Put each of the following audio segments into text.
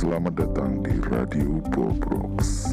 Selamat datang di Radio Bobrox.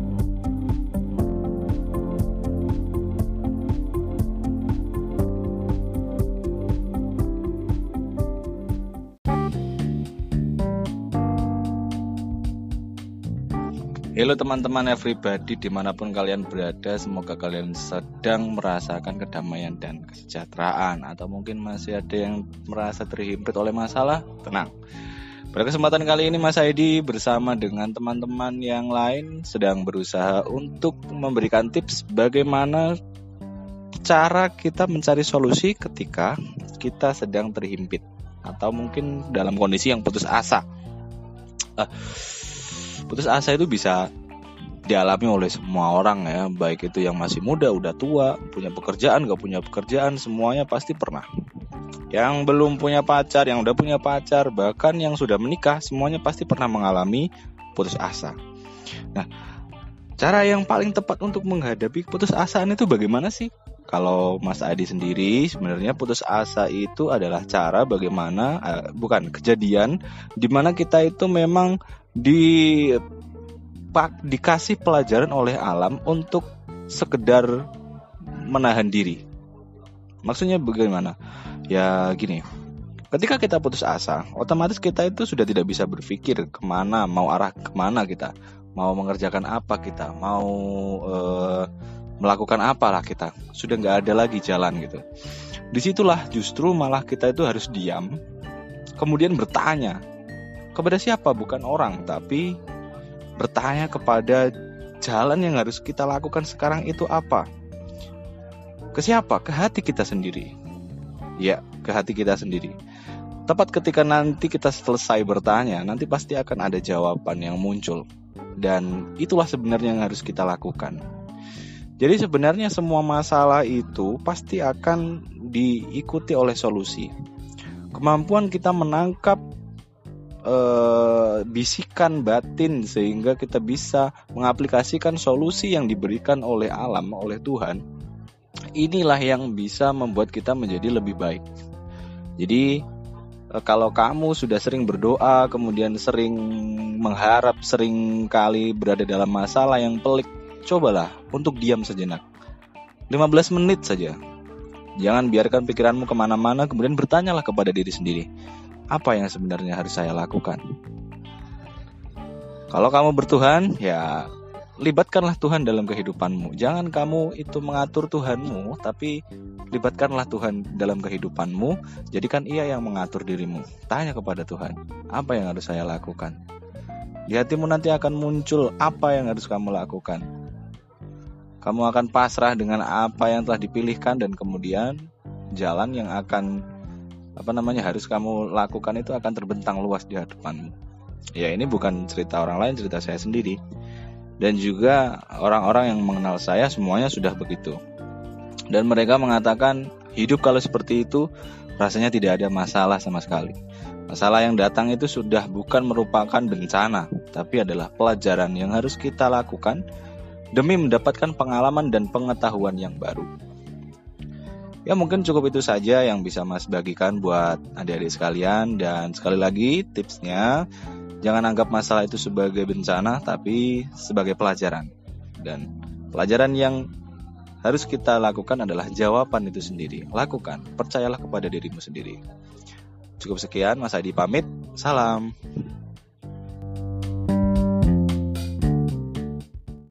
Halo teman-teman everybody, dimanapun kalian berada, semoga kalian sedang merasakan kedamaian dan kesejahteraan. Atau mungkin masih ada yang merasa terhimpit oleh masalah, tenang. Pada kesempatan kali ini Mas Aidi bersama dengan teman-teman yang lain sedang berusaha untuk memberikan tips bagaimana cara kita mencari solusi ketika kita sedang terhimpit atau mungkin dalam kondisi yang putus asa. Putus asa itu bisa dialami oleh semua orang ya, baik itu yang masih muda, udah tua, punya pekerjaan, gak punya pekerjaan, semuanya pasti pernah. Yang belum punya pacar, yang udah punya pacar, bahkan yang sudah menikah, semuanya pasti pernah mengalami putus asa. Nah, cara yang paling tepat untuk menghadapi putus asaan itu bagaimana sih? Kalau Mas Adi sendiri, sebenarnya putus asa itu adalah cara bagaimana, bukan kejadian dimana kita itu memang dikasih pelajaran oleh alam untuk sekedar menahan diri. Maksudnya bagaimana? Ya gini, ketika kita putus asa, otomatis kita itu sudah tidak bisa berpikir kemana, mau arah kemana kita, mau mengerjakan apa kita, mau melakukan apalah kita, sudah nggak ada lagi jalan gitu. Disitulah justru malah kita itu harus diam, kemudian bertanya kepada siapa, bukan orang, tapi bertanya kepada jalan yang harus kita lakukan sekarang itu apa. Ke siapa? Ke hati kita sendiri. Ya, ke hati kita sendiri. Tepat ketika nanti kita selesai bertanya, nanti pasti akan ada jawaban yang muncul. Dan itulah sebenarnya yang harus kita lakukan. Jadi sebenarnya semua masalah itu pasti akan diikuti oleh solusi. Kemampuan kita menangkap bisikan batin sehingga kita bisa mengaplikasikan solusi yang diberikan oleh alam, oleh Tuhan. Inilah yang bisa membuat kita menjadi lebih baik. Jadi kalau kamu sudah sering berdoa, kemudian sering mengharap, sering kali berada dalam masalah yang pelik, cobalah untuk diam sejenak 15 menit saja. Jangan biarkan pikiranmu kemana-mana, kemudian bertanyalah kepada diri sendiri, apa yang sebenarnya harus saya lakukan? Kalau kamu bertuhan, ya libatkanlah Tuhan dalam kehidupanmu. Jangan kamu itu mengatur Tuhanmu, tapi libatkanlah Tuhan dalam kehidupanmu. Jadikan Ia yang mengatur dirimu. Tanya kepada Tuhan, apa yang harus saya lakukan? Di hatimu nanti akan muncul apa yang harus kamu lakukan. Kamu akan pasrah dengan apa yang telah dipilihkan, dan kemudian jalan yang akan harus kamu lakukan itu akan terbentang luas di hadapanmu. Ya, ini bukan cerita orang lain, cerita saya sendiri. Dan juga orang-orang yang mengenal saya semuanya sudah begitu. Dan mereka mengatakan hidup kalau seperti itu rasanya tidak ada masalah sama sekali. Masalah yang datang itu sudah bukan merupakan bencana, tapi adalah pelajaran yang harus kita lakukan demi mendapatkan pengalaman dan pengetahuan yang baru. Ya, mungkin cukup itu saja yang bisa Mas bagikan buat adik-adik sekalian. Dan sekali lagi tipsnya, jangan anggap masalah itu sebagai bencana, tapi sebagai pelajaran. Dan pelajaran yang harus kita lakukan adalah jawaban itu sendiri. Lakukan, percayalah kepada dirimu sendiri. Cukup sekian, Mas Adi pamit. Salam.